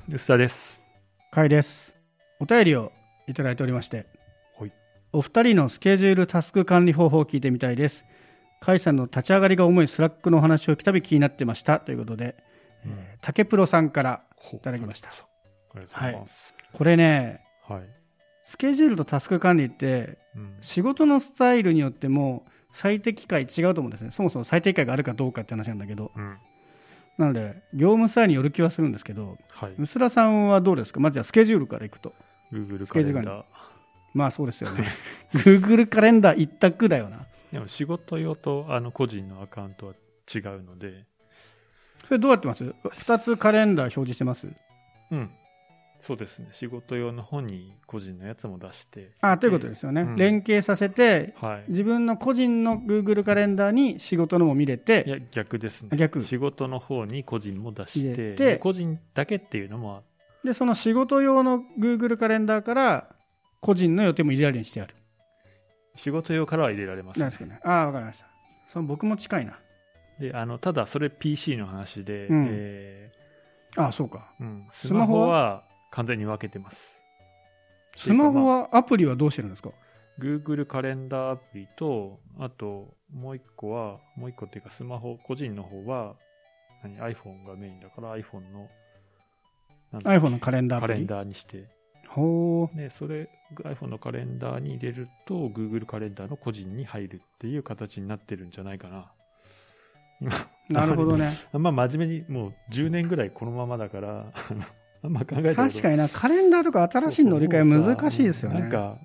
薄田です。 甲斐です。お便りをいただいておりまして、 はい、 お二人のスケジュールタスク管理方法を聞いてみたいです。甲斐さんの立ち上がりが重いスラックのお話を聞くたび気になってましたということで、竹プロさんからいただきました。 ありがとうございます。 はい、これね、 はい、 スケジュールとタスク管理って、仕事のスタイルによっても最適解違うと思うんですね。そもそも最適解があるかどうかって話なんだけど、なので業務スタイルによる気はするんですけど、薄田さんはどうですか？まずはスケジュールからいくと。 Google カレンダー。 まあそうですよねGoogle カレンダー一択だよな。 でも仕事用と個人のアカウントは違うので。 それどうやってます？2つカレンダー表示してます？ そうですね。仕事用の方に個人のやつも出して。 ということですよね。連携させて、自分の個人の Google カレンダーに仕事のも見れて。 いや、逆ですね。仕事の方に個人も出して、個人だけっていうのも。 で、その仕事用の Google カレンダーから個人の予定も入れられるようにしてある。 仕事用からは入れられますね。 なんですかね。わかりました。僕も近いな。 で、ただそれ PC の話で、 そうか。 スマホは完全に分けてます。 スマホはアプリはどうしてるんですか？ Google カレンダーアプリと、あともう一個っていうかスマホ、個人の方はiPhone がメインだから iPhone のカレンダーアプリ。 カレンダーにして。で、それ iPhone のカレンダーに入れると Google カレンダーの個人に入るっていう形になってるんじゃないかな。 なるほどね。 真面目にもう10年ぐらいこのままだからあんま考えたこと。 確かにな、カレンダーとか新しい乗り換え難しいですよね。 なんか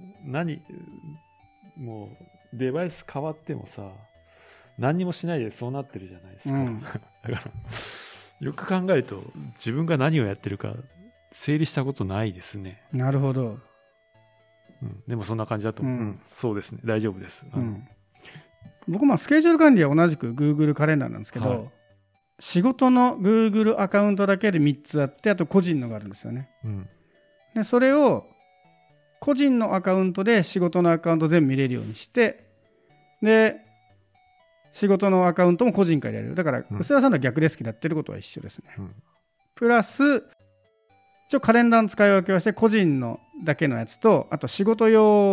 もうデバイス変わってもさ、何にもしないでそうなってるじゃないですか。だからよく考えると自分が何をやってるか整理したことないですね。 なるほど。 でもそんな感じだと、そうですね、大丈夫です。 僕もスケジュール管理は同じく Google カレンダーなんですけど、仕事の Google アカウントだけで3つあって、あと個人のがあるんですよね。でそれを個人のアカウントで仕事のアカウント全部見れるようにして、で仕事のアカウントも個人からやれる。だから薄田さんとは逆ですけどやってることは一緒ですね。プラス一応カレンダーの使い分けをして、個人のだけのやつと、あと仕事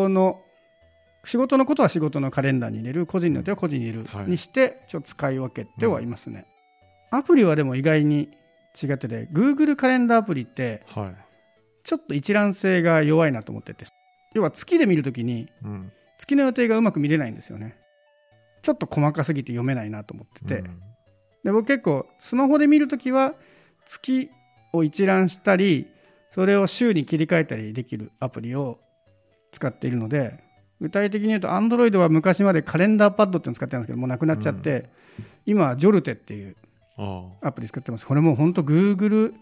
のことは仕事のカレンダーに入れる、個人の予定は個人に入れるにして、ちょっと使い分けてはいますね。アプリはでも意外に違ってて、Google カレンダーアプリってちょっと一覧性が弱いなと思ってて、要は月で見るときに月の予定がうまく見れないんですよね。ちょっと細かすぎて読めないなと思ってて、で僕結構スマホで見るときは月を一覧したり、それを週に切り替えたりできるアプリを使っているので、具体的に言うと Android は昔までカレンダーパッドっていうのを使ってたんですけど、もうなくなっちゃって、今はジョルテっていうアプリ使ってます。これもう本当 Google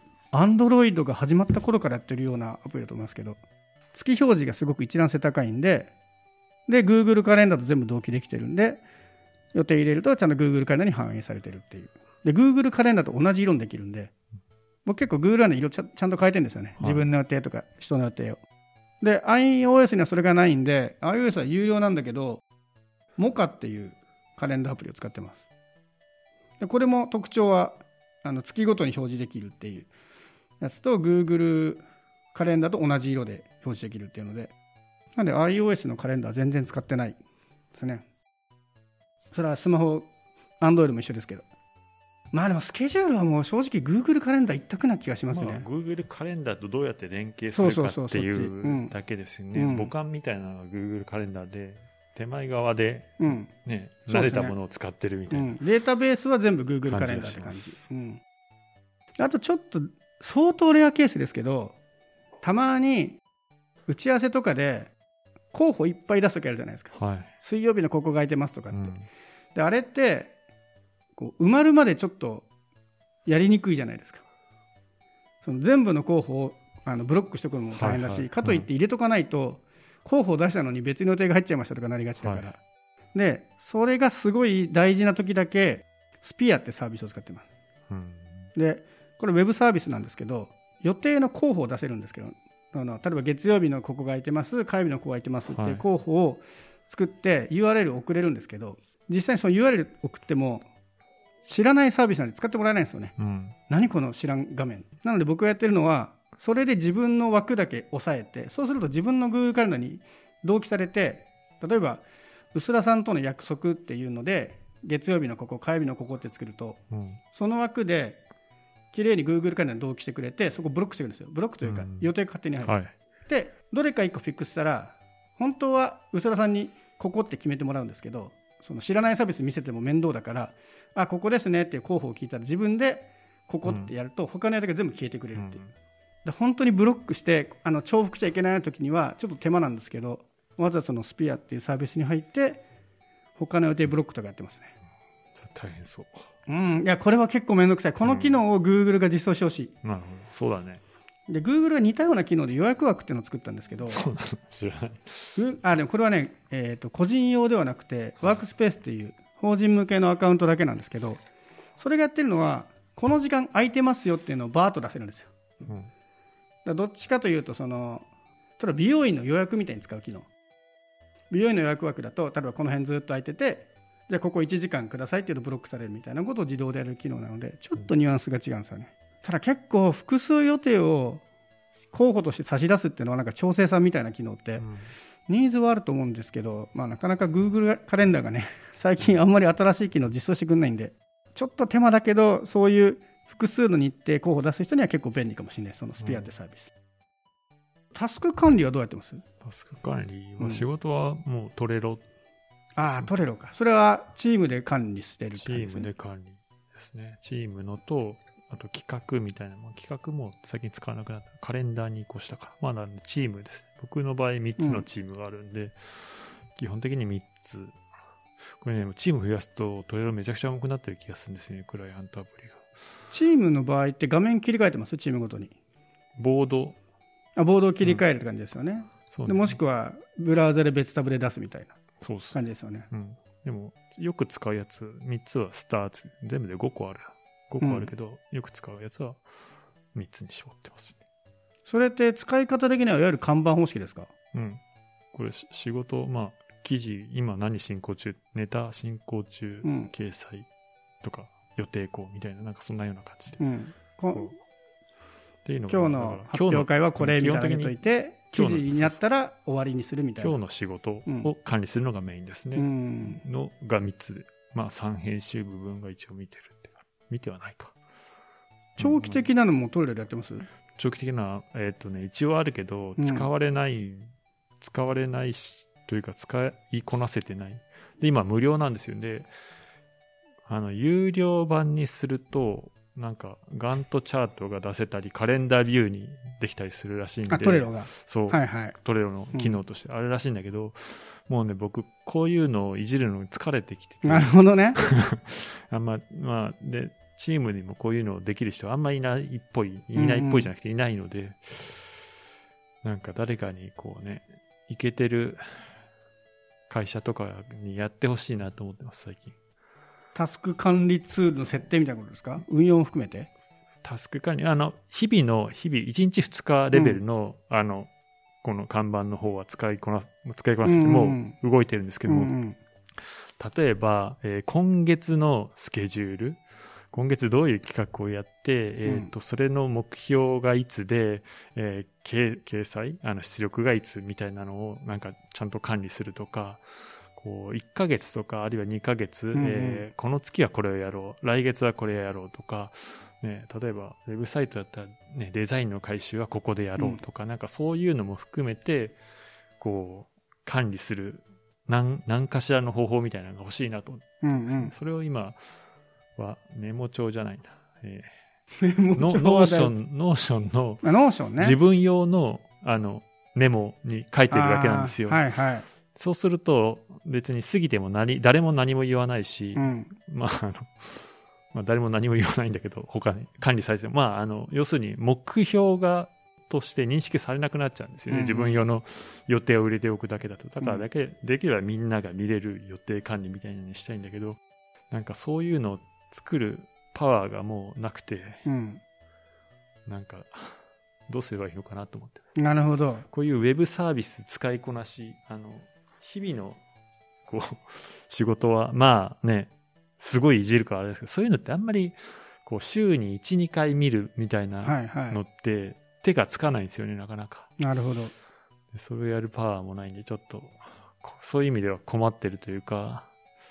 Android が始まった頃からやってるようなアプリだと思いますけど、月表示がすごく一覧性高いんで、Google カレンダーと全部同期できてるんで、予定入れるとちゃんと Google カレンダーに反映されてるっていう。で Google カレンダーと同じ色にできるんで、僕結構 Google の色ちゃんと変えてるんですよね。自分の予定とか人の予定を。で iOS にはそれがないんで、 iOS は有料なんだけどモカっていうカレンダーアプリを使ってます。でこれも特徴は月ごとに表示できるっていうやつと Google カレンダーと同じ色で表示できるっていうので、なんで iOS のカレンダー全然使ってないですね。それはスマホ Android も一緒ですけど、でもスケジュールはもう正直 Google カレンダー一択な気がしますね。 Google カレンダーとどうやって連携するかっていうだけですよね。母艦みたいなのが Google カレンダーで、手前側で、慣れたものを使ってるみたいな、 データベースは全部 Google カレンダーって感じ。あとちょっと相当レアケースですけど、たまに打ち合わせとかで候補いっぱい出すときあるじゃないですか。水曜日のここが空いてますとかって、であれってこう埋まるまでちょっとやりにくいじゃないですか。その全部の候補をブロックしておくのも大変だし、かといって入れとかないと、候補を出したのに別の予定が入っちゃいましたとかなりがちだから、でそれがすごい大事な時だけスピアってサービスを使ってます。でこれウェブサービスなんですけど、予定の候補を出せるんですけど、例えば月曜日のここが空いてます、火曜日のここが空いてますっていう候補を作って URL を送れるんですけど、実際にその URL 送っても知らないサービスなんで使ってもらえないんですよね、 うん、 何この知らん画面。なので僕がやってるのはそれで自分の枠だけ押さえて、そうすると自分の Google カレンダーに同期されて、例えば薄田さんとの約束っていうので月曜日のここ火曜日のここって作ると、うん、その枠で綺麗に Google カレンダーに同期してくれて、そこブロックしてくるんですよ。ブロックというか、予定が勝手に入る、はい、でどれか1個フィックスしたら本当は薄田さんにここって決めてもらうんですけど、その知らないサービス見せても面倒だから、あここですねっていう候補を聞いたら自分でここってやると他のやつが全部消えてくれるっていう、で本当にブロックして重複しちゃいけない時にはちょっと手間なんですけど、わざわざそのスピアっていうサービスに入って他の予定ブロックとかやってますね。 大変そう。 いやこれは結構めんどくさい。この機能を Google が実装してほしい。 なるほど、そうだね。 で Google が似たような機能で予約枠っていうのを作ったんですけど、 そうなの知らない。 でもこれはね、個人用ではなくてワークスペースっていう法人向けのアカウントだけなんですけど、それがやってるのはこの時間空いてますよっていうのをバーッと出せるんですよ、うん、だどっちかというと例えば美容院の予約みたいに使う機能。美容院の予約枠だと例えばこの辺ずっと空いてて、じゃあここ1時間くださいっていうとブロックされるみたいなことを自動でやる機能なので、ちょっとニュアンスが違うんですよね。ただ結構複数予定を候補として差し出すっていうのはなんか調整さんみたいな機能ってニーズはあると思うんですけど、なかなか Google カレンダーがね最近あんまり新しい機能実装してくれないんで、ちょっと手間だけどそういう複数の日程候補を出す人には結構便利かもしれない。そのスピアってサービス、タスク管理はどうやってます？ タスク管理は仕事はもうトレロ、 トレロか。それはチームで管理してるってチームで管理ですね。チームのとあと企画みたいな、企画も最近使わなくなったカレンダーに移行したから、なんでチームですね。僕の場合3つのチームがあるんで、基本的に3つ。これね、チーム増やすとトレロめちゃくちゃ重くなってる気がするんですよね、クライアントアプリが。 チームの場合って画面切り替えてます？チームごとにボードを切り替えるって感じですよね、そうね。でもしくはブラウザで別タブで出すみたいな感じですよね。 でもよく使うやつ3つはスターツ、全部で5個あるけど、よく使うやつは3つに絞ってますね。 それって使い方的にはいわゆる看板方式ですか？ これ仕事、記事今何進行中、ネタ進行中、掲載とか予定項みたいな、なんかそんなような感じで、っていうのが今日の発表会はこれみたいなの上げといて、記事になったら終わりにするみたいな。 今日の仕事を管理するのがメインですね、のが3つで、3編集部分が一応見てるって、見てはないか。 長期的なのもトレロでやってます？ 長期的な一応あるけど使われないしというか使いこなせてない。で今無料なんですよね。有料版にするとなんかガントチャートが出せたりカレンダービューにできたりするらしいんで、 トレロがそう、トレロの機能としてあるらしいんだけど、もうね僕こういうのをいじるのに疲れてきてて、 なるほどねでチームにもこういうのをできる人はあんまりいないっぽいじゃなくていないので、なんか誰かにこうねイケてる会社とかにやってほしいなと思ってます最近。 タスク管理ツールの設定みたいなことですか？運用も含めてタスク管理、日々1日2日レベルの、この看板の方は使いこなしてもう動いてるんですけども、例えば、今月のスケジュール、今月どういう企画をやって、それの目標がいつで、掲載出力がいつみたいなのをなんかちゃんと管理するとか、こう1ヶ月とかあるいは2ヶ月、この月はこれをやろう、来月はこれをやろうとか、例えばウェブサイトだったら、デザインの回収はここでやろうとか、なんかそういうのも含めてこう管理する何かしらの方法みたいなのが欲しいなと思ってますね。それを今はメモ帳じゃないな、ノーションの自分用のメモに書いてるだけなんですよ。そうすると別に過ぎても誰も何も言わないし、誰も何も言わないんだけど他に管理されても、要するに目標として認識されなくなっちゃうんですよね、自分用の予定を入れておくだけだと。だからできればみんなが見れる予定管理みたいなのにしたいんだけど、なんかそういうのを作るパワーがもうなくて、なんかどうすればいいのかなと思ってます。 なるほど。 こういうウェブサービス使いこなし、日々のこう仕事はすごいいじるからあれですけど、そういうのってあんまり、こう、週に1、2回見るみたいなのって、手がつかないんですよね、なかなか。 なるほど。 それをやるパワーもないんで、ちょっと、そういう意味では困ってるというか、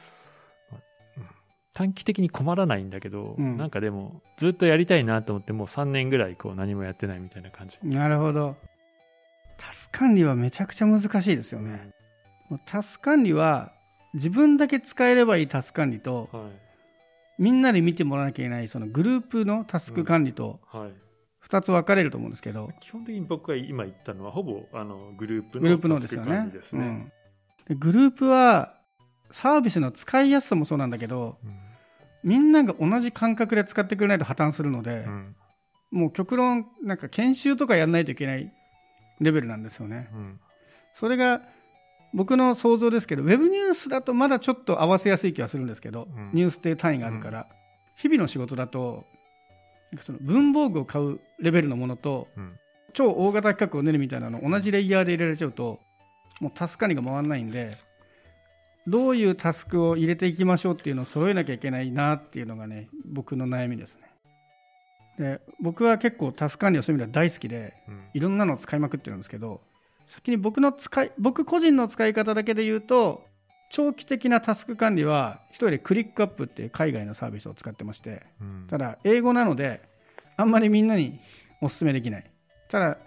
短期的に困らないんだけど、なんかでも、ずっとやりたいなと思って、もう3年ぐらいこう何もやってないみたいな感じ。 なるほど。タスク管理はめちゃくちゃ難しいですよね。タスク管理は、自分だけ使えればいいタスク管理と、みんなで見てもらわなきゃいけないそのグループのタスク管理と2つ分かれると思うんですけど、 基本的に僕が今言ったのはほぼグループのタスク管理ですね。 グループはサービスの使いやすさもそうなんだけど、みんなが同じ感覚で使ってくれないと破綻するので、もう極論なんか研修とかやんないといけないレベルなんですよね。それが僕の想像ですけど、ウェブニュースだとまだちょっと合わせやすい気はするんですけど、ニュースっていう単位があるから、日々の仕事だとその文房具を買うレベルのものと、超大型企画を練るみたいなのを同じレイヤーで入れられちゃうと、もうタスク管理が回らないんで、どういうタスクを入れていきましょうっていうのを揃えなきゃいけないなっていうのがね、僕の悩みですね。で、僕は結構タスク管理はそういう意味では大好きで、いろんなのを使いまくってるんですけど、先に僕個人の使い方だけで言うと、長期的なタスク管理は一人でクリックアップっていう海外のサービスを使ってまして、ただ英語なのであんまりみんなにお勧めできない。ただ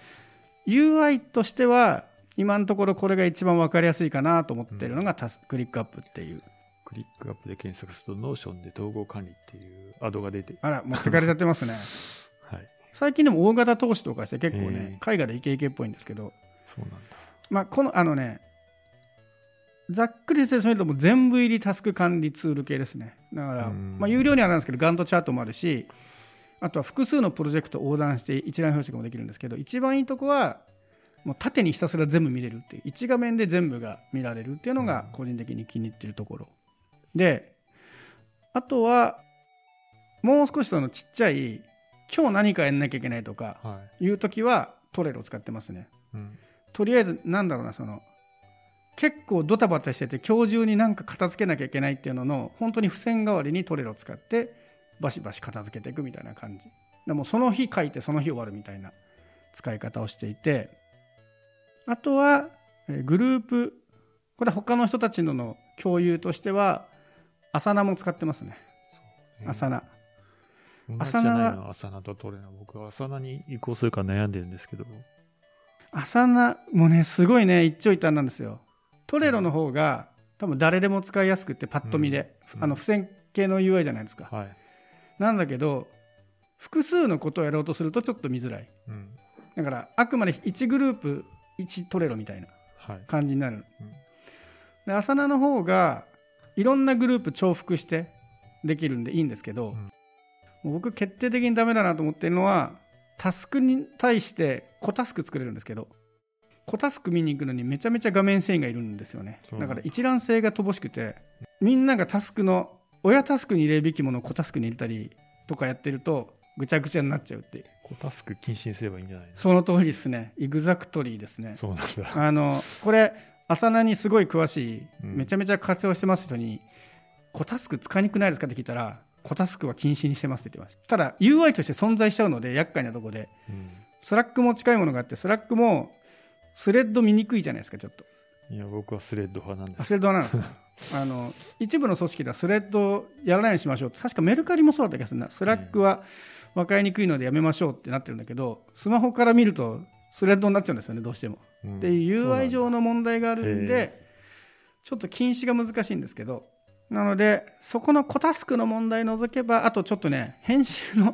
UI としては今のところこれが一番分かりやすいかなと思っているのがクリックアップっていう。 クリックアップで検索するとノーションで統合管理っていうアドが出て、 あら持ってかれちゃってますねはい、 最近でも大型投資とかして結構ね、海外でイケイケっぽいんですけど、 そうなんだ。 まあこのざっくり説明するともう全部入りタスク管理ツール系ですね。だから、有料にはなるんですけど、ガントチャートもあるし、あとは複数のプロジェクトを横断して一覧表示もできるんですけど、一番いいとこはもう縦にひたすら全部見れるっていう、一画面で全部が見られるっていうのが個人的に気に入っているところで、あとはもう少しそのちっちゃい今日何かやんなきゃいけないとかいう時はトレロを使ってますね。とりあえず結構ドタバタしてて今日中に何か片付けなきゃいけないっていうのの本当に付箋代わりにトレロを使ってバシバシ片付けていくみたいな感じで、もその日書いてその日終わるみたいな使い方をしていて、あとはグループ、これは他の人たちの共有としてはアサナも使ってますね。アサナ同じじゃないの、アサナとトレロ。僕はアサナに移行するか悩んでるんですけど、 アサナもねすごいね一長一短なんですよ。トレロの方が多分誰でも使いやすくてパッと見で、付箋系の UI じゃないですか、なんだけど複数のことをやろうとするとちょっと見づらい、だからあくまで1グループ1トレロみたいな感じになる、でアサナの方がいろんなグループ重複してできるんでいいんですけど、もう僕決定的にダメだなと思ってるのはタスクに対して小タスク作れるんですけど、小タスク見に行くのにめちゃめちゃ画面遷移がいるんですよね。だから一覧性が乏しくて、みんながタスクの親タスクに入れるべきものを小タスクに入れたりとかやってるとぐちゃぐちゃになっちゃうっていう。 小タスク禁止にすればいいんじゃないの？ その通りですね。エグザクトリーですね。 そうなんだ。 これアサナにすごい詳しい、めちゃめちゃ活用してます人に、小タスク使いにくくないですかって聞いたら、小タスクは禁止にしてますって言ってました。ただ UI として存在しちゃうので厄介なとこで、スラックも近いものがあって、スラックもスレッド見にくいじゃないですか、ちょっと。 いや、僕はスレッド派なんです。 スレッド派なんですか一部の組織ではスレッドやらないようにしましょう。確かメルカリもそうだった気がするな。スラックは分かりにくいのでやめましょうってなってるんだけど、スマホから見るとスレッドになっちゃうんですよね、どうしても。で、UI 上の問題があるんで、ちょっと禁止が難しいんですけど、なので、そこの小タスクの問題を除けば、あとちょっとね、編集の、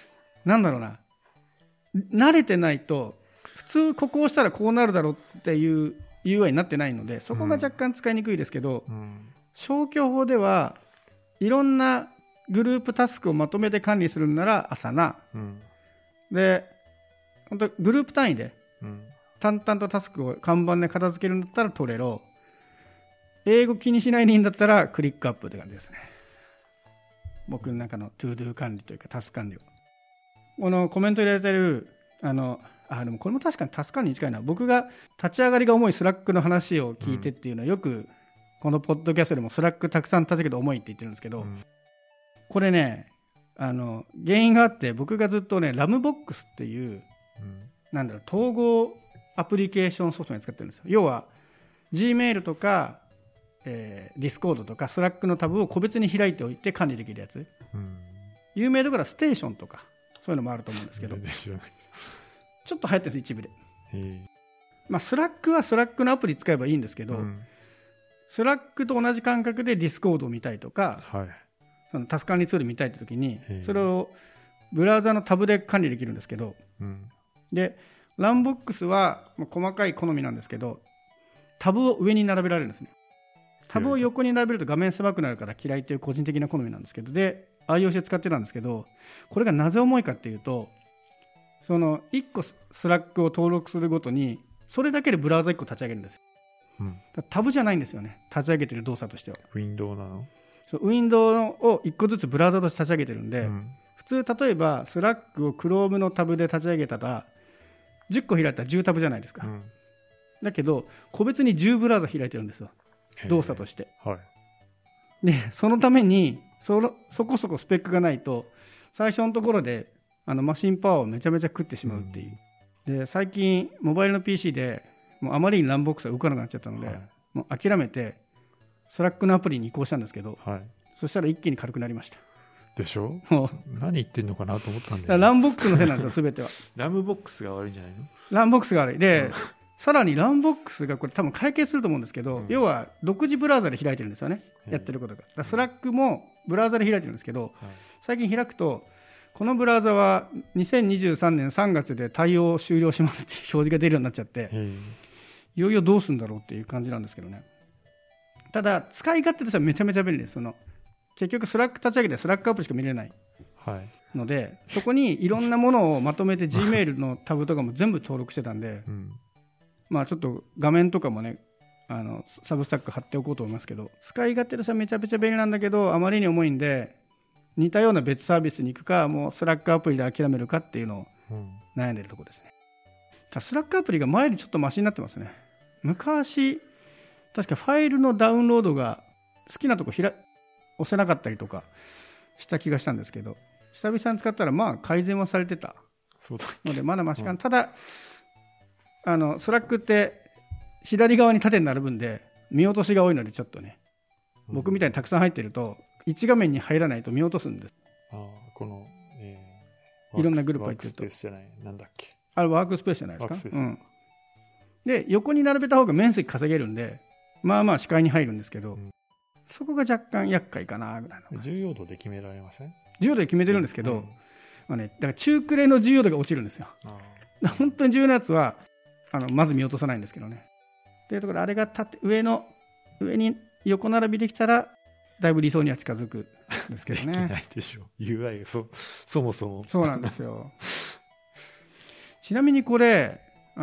慣れてないと、普通ここをしたらこうなるだろうっていう UI になってないので、そこが若干使いにくいですけど、消去法ではいろんなグループタスクをまとめて管理するならアサナ、で本当グループ単位で淡々とタスクを看板で片付けるんだったらトレロ、英語気にしないでいいんだったらクリックアップって感じですね。僕の中のトゥードゥ管理というかタスク管理を、このコメント入れてるでもこれも確かにタスク管理に近いな。僕が立ち上がりが重いスラックの話を聞いてっていうのはよくこのポッドキャストでもスラックたくさん立ち上げて重いって言ってるんですけど、これね、原因があって、僕がずっとね、ラムボックスっていう、統合アプリケーションソフトに使ってるんですよ。要は、Gmail とか、Discord とか Slack のタブを個別に開いておいて管理できるやつ。有名だからステーションとか、そういうのもあると思うんですけど、ちょっと流行ってるんです、一部で。Slack は Slack のアプリ使えばいいんですけど、Slack と同じ感覚で Discord を見たいとか、そのタスク管理ツール見たいって時に、それをブラウザのタブで管理できるんですけど、で、ランボックスは細かい好みなんですけど、タブを上に並べられるんですね。タブを横に並べると画面狭くなるから嫌いという個人的な好みなんですけど、で、愛用して使ってたんですけど、これがなぜ重いかっていうと、その1個スラックを登録するごとに、それだけでブラウザ1個立ち上げるんです。タブじゃないんですよね、立ち上げてる動作としては。 ウィンドウなの？ そう、ウィンドウを1個ずつブラウザとして立ち上げてるんで、普通例えばスラックを Chrome のタブで立ち上げたら、10個開いたら10タブじゃないですか。だけど、個別に10ブラウザ開いてるんですよ、動作として。で、そのためにそこそこスペックがないと、最初のところでマシンパワーをめちゃめちゃ食ってしまうっていう。で、最近モバイルの PC でもうあまりにランボックスが動かなくなっちゃったので、もう諦めてスラックのアプリに移行したんですけど、そしたら一気に軽くなりました。 でしょ？何言ってんのかなと思ったんだよ、 ランボックスのせいなんですよ、すべては。 ラムボックスが悪いんじゃないの？ ランボックスが悪い。で、さらにランボックスがこれ多分解決すると思うんですけど、要は独自ブラウザで開いてるんですよね、やってることが。スラックもブラウザで開いてるんですけど、最近開くと、このブラウザは2023年3月で対応終了しますっていう表示が出るようになっちゃって、いよいよどうするんだろうっていう感じなんですけどね。ただ、使い勝手としてはめちゃめちゃ便利です。結局、スラック立ち上げてスラックアプリしか見れないので、そこにいろんなものをまとめて Gmail のタブとかも全部登録してたんで、ちょっと画面とかもね、サブスタック貼っておこうと思いますけど、使い勝手としてはめちゃめちゃ便利なんだけど、あまりに重いんで、似たような別サービスに行くか、もうスラックアプリで諦めるかっていうのを悩んでるところですね。スラックアプリが前よりちょっとマシになってますね。昔、確かファイルのダウンロードが好きなとこ押せなかったりとかした気がしたんですけど、久々に使ったら改善はされてたので、まだマシかな。ただ、スラックって左側に縦に並ぶんで見落としが多いので、ちょっとね、僕みたいにたくさん入ってると1画面に入らないと見落とすんです。 この、 いろんなグループ入ってると。 ワークスペースじゃない、なんだっけ、 ワークスペースじゃないですか。で、横に並べた方が面積稼げるんで、視界に入るんですけど、そこが若干厄介かなぐらいの。 重要度で決められません？ 重要度で決めてるんですけど、だから中クレの重要度が落ちるんですよ。本当に重要なやつはまず見落とさないんですけどね。というところで、あれが上に横並びできたらだいぶ理想には近づくんですけどね。 できないでしょ、UI がそもそも。 そうなんですよ。ちなみにこれ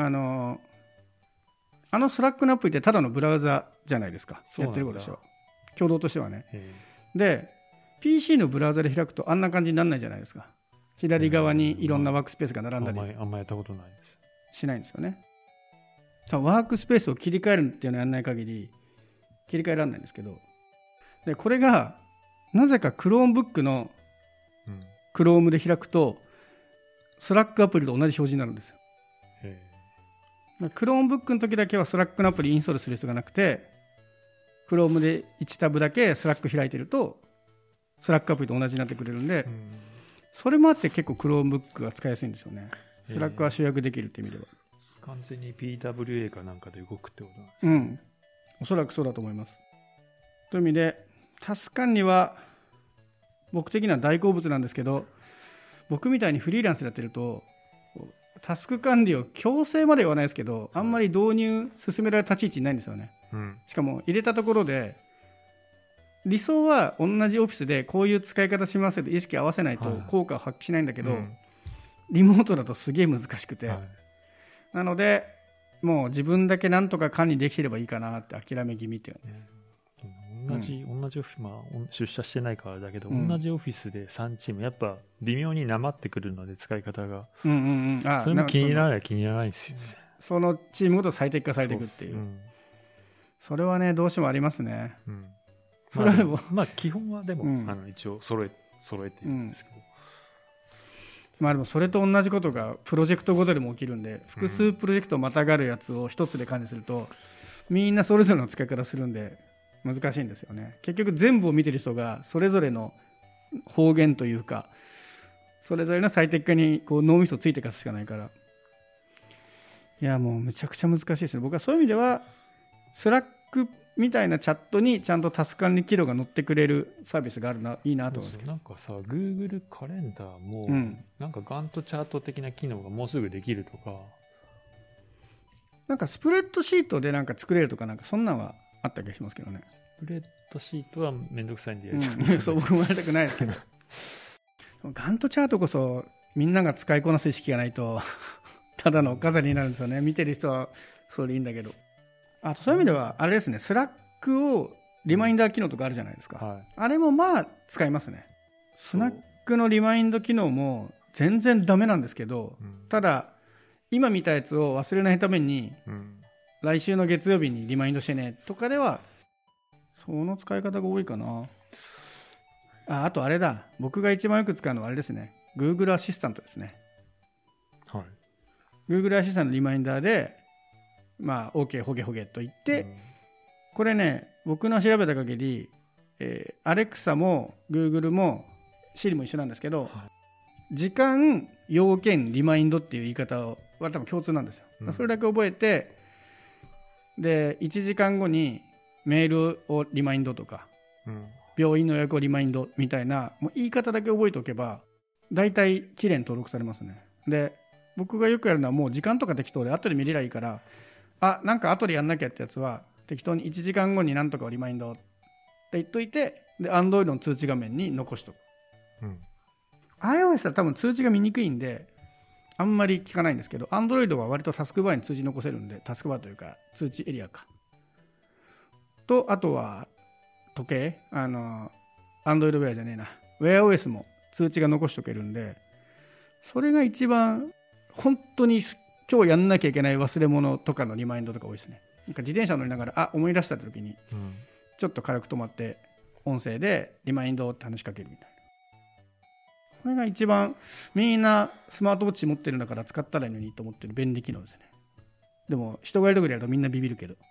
スラックのアプリってただのブラウザじゃないですか。やってることでしょ、共同としてはね。で PC のブラウザで開くとあんな感じにならないじゃないですか。左側にいろんなワークスペースが並んだり、 あんまやったことないです。 しないんですよね。多分ワークスペースを切り替えるっていうのをやらない限り切り替えられないんですけど、でこれがなぜか Chromebook の Chrome で開くとスラックアプリと同じ表示になるんですよ。Chromebook の時だけはスラックのアプリインストールする必要がなくて、 Chrome で1タブだけスラック開いてるとスラックアプリと同じになってくれるんで、それもあって結構 Chromebook が使いやすいんですよね。スラックは集約できるって意味では。 完全に PWA かなんかで動くってことなんですか？ おそらくそうだと思います。という意味でタスク管理は僕的には大好物なんですけど、僕みたいにフリーランスでやってるとタスク管理を強制まではないですけど、あんまり導入進められた立ち位置にないんですよね。しかも入れたところで理想は同じオフィスでこういう使い方しますよと意識合わせないと効果を発揮しないんだけど、リモートだとすげえ難しくて、なのでもう自分だけなんとか管理できてればいいかなって諦め気味っていうです。 同じオフィス、出社してないからだけど、同じオフィスで3チームやっぱ微妙になまってくるので使い方が、それも気にならないですよね。 そのチームごと最適化されていくっていう、 それはね、どうしてもありますね。 うん。 それはでも、 まあ基本はでも、一応揃えているんですけど。 まあでもそれと同じことがプロジェクトごとでも起きるんで、複数プロジェクトをまたがるやつを一つで管理すると、みんなそれぞれの使い方するんで難しいんですよね。結局全部を見てる人がそれぞれの方言というか、それぞれの最適化にこう脳みそついていかすしかないから、いやもうめちゃくちゃ難しいですね。僕はそういう意味ではスラックみたいなチャットにちゃんとタスク管理機能が載ってくれるサービスがあるいいなと思うんですけど。 なんかさ、Google カレンダーも、なんかガントチャート的な機能がもうすぐできるとか、 なんかスプレッドシートでなんか作れるとか、なんかそんなんはあった気がしますけどね。 スプレッドシートはめんどくさいんでやりたくない、そう僕もやりたくないですけどガントチャートこそみんなが使いこなす意識がないとただのお飾りになるんですよね。見てる人はそれでいいんだけど。あとそういう意味ではあれですね、スラックをリマインダー機能とかあるじゃないですか、あれもまあ使いますね。スナックのリマインド機能も全然ダメなんですけど、ただ今見たやつを忘れないために、来週の月曜日にリマインドしてねとかではその使い方が多いかな。あとあれだ、僕が一番よく使うのはあれですね、 Google アシスタントですね。 はい、 Google アシスタントのリマインダーでまあ OK ホゲホゲと言って、これね、僕の調べた限り、Alexa も Google も Siri も一緒なんですけど、時間要件リマインドっていう言い方は多分共通なんですよ、それだけ覚えて、で1時間後にメールをリマインドとか、病院の予約をリマインドみたいな、もう言い方だけ覚えておけば大体きれいに登録されますね。で僕がよくやるのはもう時間とか適当で後で見ればいいから、なんか後でやんなきゃってやつは適当に1時間後に何とかをリマインドって言っといて、で Android の通知画面に残しとく、iOS は多分通知が見にくいんであんまり聞かないんですけど、 Android は割とタスクバーに通知残せるんで、タスクバーというか通知エリアかと、あとは時計、Android ウェアじゃねえな、WearOS も通知が残しておけるんで、それが一番本当に今日やんなきゃいけない忘れ物とかのリマインドとか多いですね。なんか自転車乗りながら思い出した時にちょっと軽く止まって音声でリマインドって話しかけるみたいな、これが一番みんなスマートウォッチ持ってるんだから使ったらいいのにと思ってる便利機能ですね。でも人がいるとこでやるとみんなビビるけど、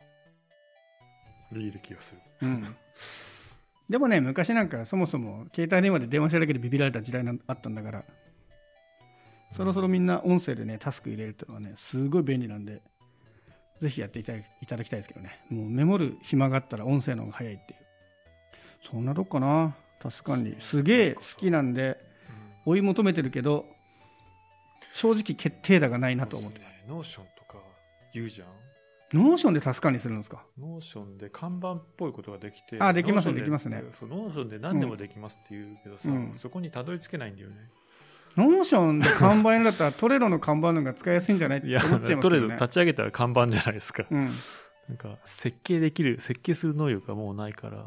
ビビる気がする、 でもね、昔なんかそもそも携帯電話で電話しただけでビビられた時代があったんだから、そろそろみんな音声でねタスク入れるっていうのはねすごい便利なんで、ぜひやっていただきたいですけどね。もうメモる暇があったら音声の方が早いっていう、そんなとこかな。タスク管理すげえ好きなんで追い求めてるけど、正直決定打がないなと思って、 ノーションとか言うじゃん。 ノーションでタスク管理するんですか。 ノーションで看板っぽいことができて、 できますね、できますね。 ノーションで何でもできますって言うけどさ、そこにたどり着けないんだよね。 ノーションで看板だったらトレロの看板の方が使いやすいんじゃないって思っちゃいますけどね。 トレロ立ち上げたら看板じゃないですか、なんか設計する能力がもうないから。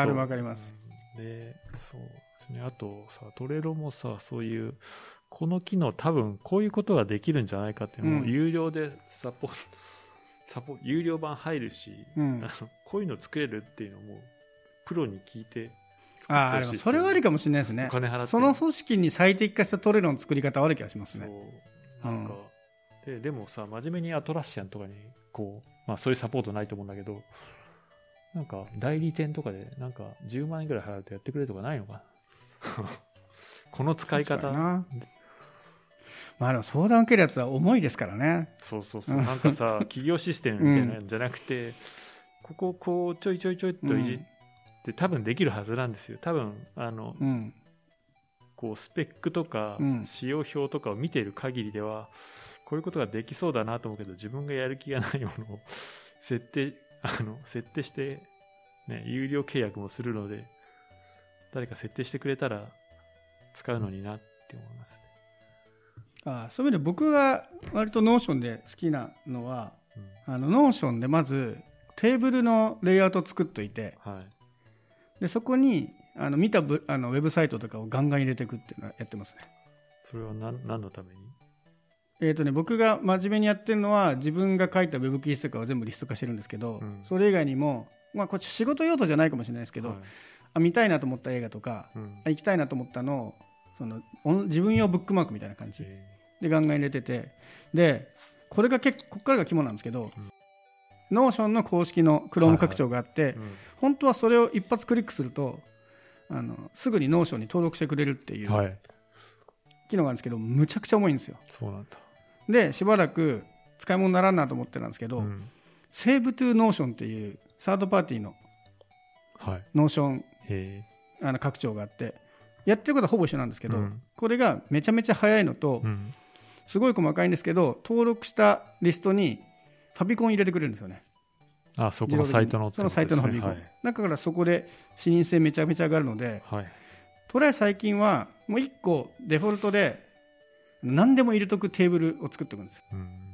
でも分かります、 でそうですね。あとさ、トレロもさ、そういうこの機能多分こういうことができるんじゃないかっていうのを有料で有料版入るし、こういうの作れるっていうのもプロに聞いて作ってほしいですよね。 それはありかもしれないですね。 お金払ってその組織に最適化したトレロの作り方はある気がしますね。 なんか、でもさ、真面目にアトラッシアンとかにこう、そういうサポートないと思うんだけど、なんか代理店とかでなんか10万円ぐらい払うとやってくれるとかないのかなこの使い方。 でも相談受けるやつは重いですからね。 そうなんかさ企業システムみたいなんじゃなくて、こうちょいちょいといじって多分できるはずなんですよ。多分こうスペックとか使用表とかを見ている限りではこういうことができそうだなと思うけど、自分がやる気がないものを設定して、ね、有料契約もするので、誰か設定してくれたら使うのになって思いますね。 そういう意味で僕が割とノーションで好きなのは、ノーションでまずテーブルのレイアウトを作っといて、でそこに見たウェブサイトとかをガンガン入れていくっていうのをやってますね。 それは何のために？ 僕が真面目にやってるのは自分が書いたウェブ記事とかを全部リスト化してるんですけど、それ以外にも、こっち仕事用途じゃないかもしれないですけど、見たいなと思った映画とか、行きたいなと思ったのを自分用ブックマークみたいな感じでガンガン入れてて、でこれがここからが肝なんですけど、ノーションの公式の Chrome 拡張があって、本当はそれを一発クリックするとすぐにノーションに登録してくれるっていう機能があるんですけど、むちゃくちゃ重いんですよ。 そうなんだ。でしばらく使い物にならんなと思ってたんですけど、Save to Notion っていうサードパーティーのノーション拡張があって、やってることはほぼ一緒なんですけど、これがめちゃめちゃ早いのと、すごい細かいんですけど、登録したリストにファビコン入れてくれるんですよね。 そこのサイトの、 そのサイトのファビコン、だからそこで視認性めちゃめちゃ上がるので、とりあえず最近はもう1個デフォルトで何でも入れとくテーブルを作っておくんですよ。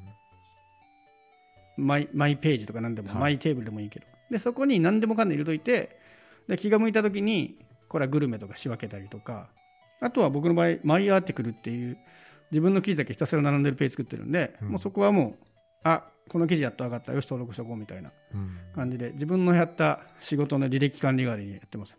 マイページとか何でも、マイテーブルでもいいけど、でそこに何でもかんで入れといて、で気が向いた時にこれはグルメとか仕分けたりとか、あとは僕の場合マイアーティクルっていう自分の記事だけひたすら並んでるページ作ってるんで、もうそこはもうこの記事やっと上がった、よし登録しとこうみたいな感じで、自分のやった仕事の履歴管理代わりにやってますね。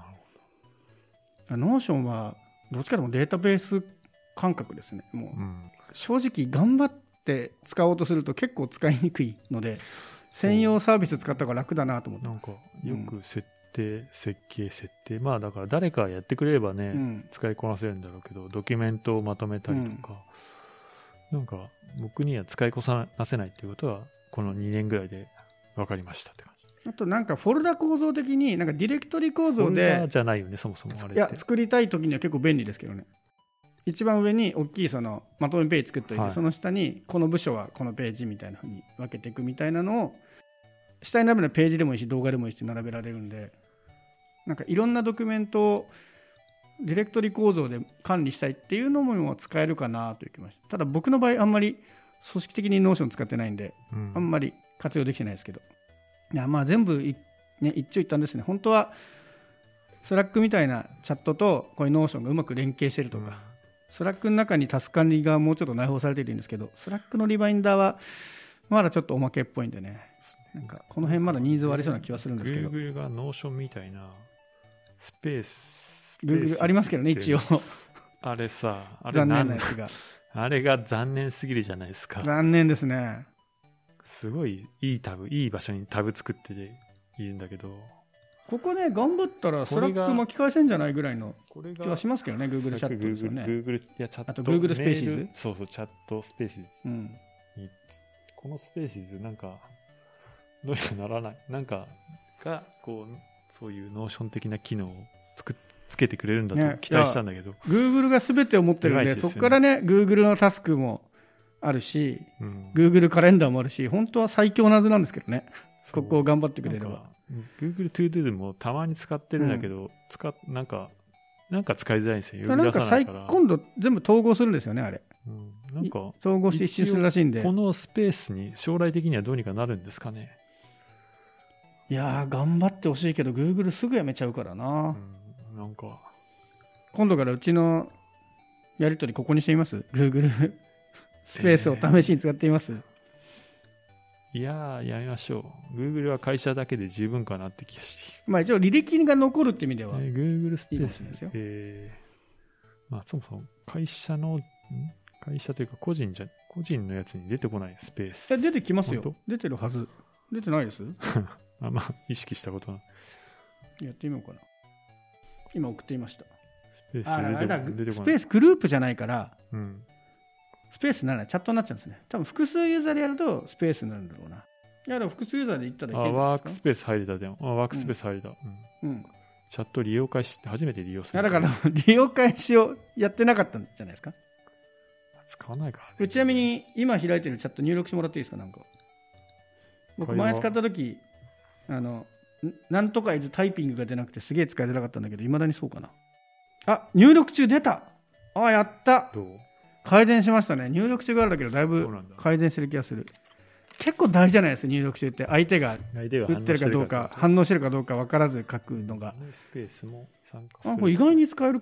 ノーションはどっちかというとデータベース感覚ですね。もう正直頑張って使おうとすると結構使いにくいので、専用サービス使った方が楽だなと思って。 なんかよく設定、だから誰かやってくれればね、使いこなせるんだろうけど、ドキュメントをまとめたりとか、なんか僕には使いこなせないっていうことはこの2年ぐらいで分かりましたって感じ。 あとなんかフォルダ構造的になんかディレクトリ構造で、フォルダじゃないよね、そもそもあれって。 いや作りたい時には結構便利ですけどね。一番上に大きいそのまとめページ作っといて、その下にこの部署はこのページみたいな風に分けていくみたいなのを、下に並べるのはページでもいいし動画でもいいし並べられるんで、なんかいろんなドキュメントをディレクトリ構造で管理したいっていうのも使えるかなという気がしました。ただ僕の場合あんまり組織的にノーション使ってないんで、あんまり活用できてないですけど、いや全部一長一短ですね。本当はスラックみたいなチャットとこういうノーションがうまく連携してるとか、スラックの中にタスク管理がもうちょっと内包されているんですけど、スラックのリマインダーはまだちょっとおまけっぽいんでね、なんかこの辺まだニーズはありそうな気はするんですけど。 Google がノーションみたいなスペース Google ありますけどね、一応あれさ、 残念なやつがあれが残念すぎるじゃないですか。 残念ですね。 すごいいい場所にタブ作っているんだけど、 ここね頑張ったらスラック巻き返せんじゃないぐらいの気はしますけどね。 Google チャットですよね。 Google いやチャット、 あと Google スペーシーズ、 そうチャットスペーシーズ、このスペーシーズなんかどうにかならない、なんかがこうそういうノーション的な機能をつけてくれるんだと期待したんだけど、 Google が全てを持ってるんで、そこからね Google のタスクもあるし、Google カレンダーもあるし、本当は最強なはずなんですけどね、ここを頑張ってくれれば。 Google ToDo もたまに使ってるんだけど、なんか使いづらいんですよ。 なんか今度全部統合するんですよね、あれ。 なんか統合して一周するらしいんで、 このスペースに将来的にはどうにかなるんですかね。 いやー頑張ってほしいけど Google すぐやめちゃうからな。 なんか今度からうちのやり取りここにしてみます。 Google スペースを試しに使ってみます。 いややめましょう。 Google は会社だけで十分かなって気がして。 一応履歴が残るって意味では、 Google スペースですよ。 そもそも会社というか個人のやつに出てこないスペース。 出てきますよ。出てるはず。出てないです。 意識したことない。 やってみようかな。今送ってみました。 スペーススペースグループじゃないから、スペースならチャットになっちゃうんですね。多分複数ユーザーでやるとスペースになるんだろうな。いやでも複数ユーザーで言ったらいけるんですか。 ワークスペース入れたでも。ワークスペース入れた。チャット利用開始って初めて利用する。 だから利用開始をやってなかったんじゃないですか。 使わないからね。 ちなみに今開いてるチャット入力してもらっていいですか。なんか僕前使った時なんとかイズタイピングが出なくてすげえ使いづらかったんだけど、いまだにそうかな。入力中出た。やった。 どう改善しましたね。入力中があるだけどだいぶ改善してる気がする。結構大事じゃないですか、入力中って。相手が打ってるかどうか反応してるかどうか分からず書くのが。 スペースも参加する。 意外に使えるかも。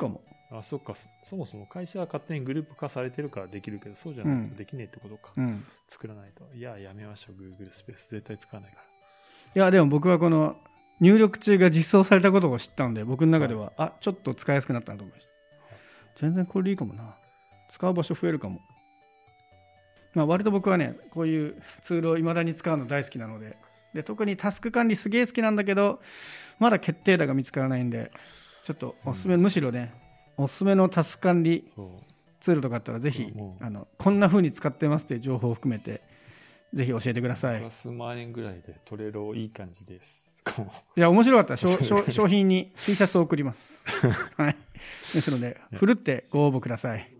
あ、そっか。そもそも会社は勝手にグループ化されてるからできるけど、そうじゃないとできねえってことか。作らないと。いや、やめましょう。Google スペース絶対使わないから。 いや、でも僕はこの入力中が実装されたことを知ったんで、僕の中では、ちょっと使いやすくなったなと思いました。全然これでいいかもな。使う場所増えるかも。割と僕はね、こういうツールを未だに使うの大好きなので、特にタスク管理すげえ好きなんだけど、まだ決定打が見つからないんで、ちょっとおすすめ、むしろね、おすすめのタスク管理ツールとかあったらぜひこんな風に使ってますっていう情報を含めてぜひ教えてください。 数万円ぐらいでトレロいい感じです。 いや面白かった商品に T シャツを送ります。はい。ですのでふるってご応募ください。